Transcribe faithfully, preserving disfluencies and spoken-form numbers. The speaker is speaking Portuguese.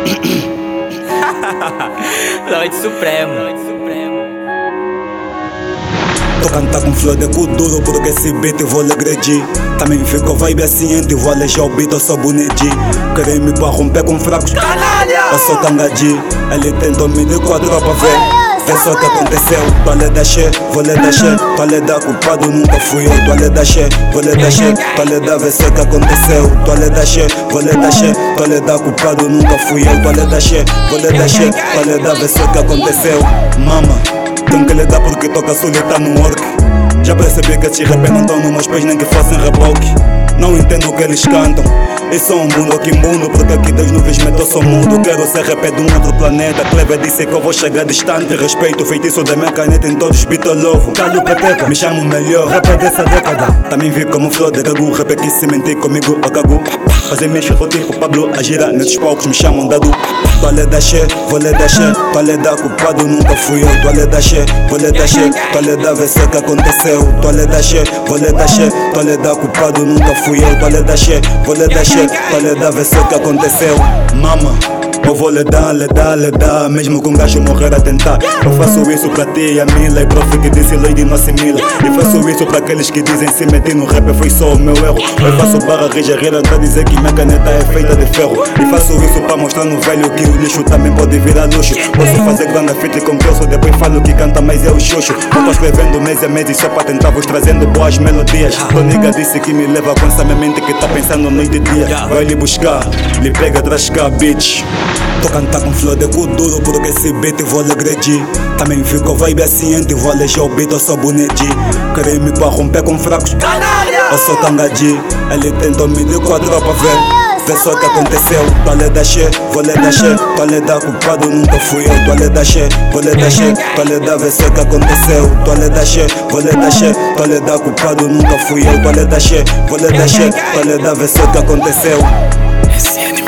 Lloyd Supremo. Tô cantar com flow de duro porque esse beat eu vou lhe agredir. Também ficou vibe assim, e vou alejar o beat, eu sou bonedi. Querem me para romper com fracos, canalha! Eu sou tangadi, ele tentou me de quatro pra ver. Vê só o que aconteceu, tô lhe deixar, vou lhe deixar. Tô lhe dar culpado, nunca fui eu. Tô lhe deixar, vou lhe deixar. Tô lhe dar, vê só o que aconteceu. Tô lhe deixar, vou lhe deixar. Tô lhe dar culpado, nunca fui eu. Tô lhe deixar, vou lhe deixar. Tô lhe dar, vê só o que aconteceu. Mama, tenho que lhe dar porque toca solita no work. Já percebi que esses rappers não estão nos meus pés nem que façam reboque. Não entendo o que eles cantam. Eu sou um mundo aqui mundo, porque aqui das nuvens meto sou mundo. Quero ser rapper de um outro planeta. Clever disse que eu vou chegar distante. Respeito o feitiço da minha caneta em todos os beats eu louvo. Calho peteca, me chamo o melhor rapper dessa década. Também vi como flow de gagu, rapper que se mentir comigo eu cago. Fazer minhas vou tipo Pablo a girar nesses palcos, me chamam Dadu. Tô lhe deixar, vou lhe deixar. Tô lhe dar culpado, nunca fui eu. Tô lhe deixar, vou lhe deixar. Tô lhe dar ver o que aconteceu. Tô lhe deixar, vou lhe deixar. Tô lhe dar culpado, nunca fui eu. Tô lhe deixar, vou lhe deixar. Tô lhe dar ver o que aconteceu. Mama, eu vou lhe dar, lhe dar, lhe dar. Mesmo com um gajo morrer a tentar. Eu faço isso pra ti e a Mila. E prof que disse Lloyd não assimila. E faço isso pra aqueles que dizem se meter no rap foi só o meu erro. Eu faço barra rija rir a dizer que minha caneta é feita de ferro. E faço isso pra mostrar no velho que o lixo também pode virar luxo. Posso fazer grande fita com grosso, depois falo que canta mas é o xoxo. Eu tô escrevendo mês a mês e só pra tentar vos trazendo boas melodias. Tô nigga disse que me leva com essa minha mente que tá pensando noite e dia. Vai lhe buscar, lhe pega atrás cá, bitch. Tô cantar com flow de duro porque esse beat eu vou lhe agredir. Também ficou vibe assim, e vou alejar o beat, eu sou bonedi. Querem me para romper com fracos, canalha! Eu sou tangadi, ele tentou me de quatro pra ver. Vê só o que aconteceu, tô lhe deixar, vou lhe deixar. Tô lhe dar culpado, nunca fui eu. Tô lhe deixar, vou lhe deixar. Tô lhe dar, vê só o que aconteceu. Tô lhe deixar, vou lhe deixar. Tô lhe dar culpado, nunca fui eu. Tô lhe deixar, vou lhe deixar. Tô lhe dar, vê só o que aconteceu.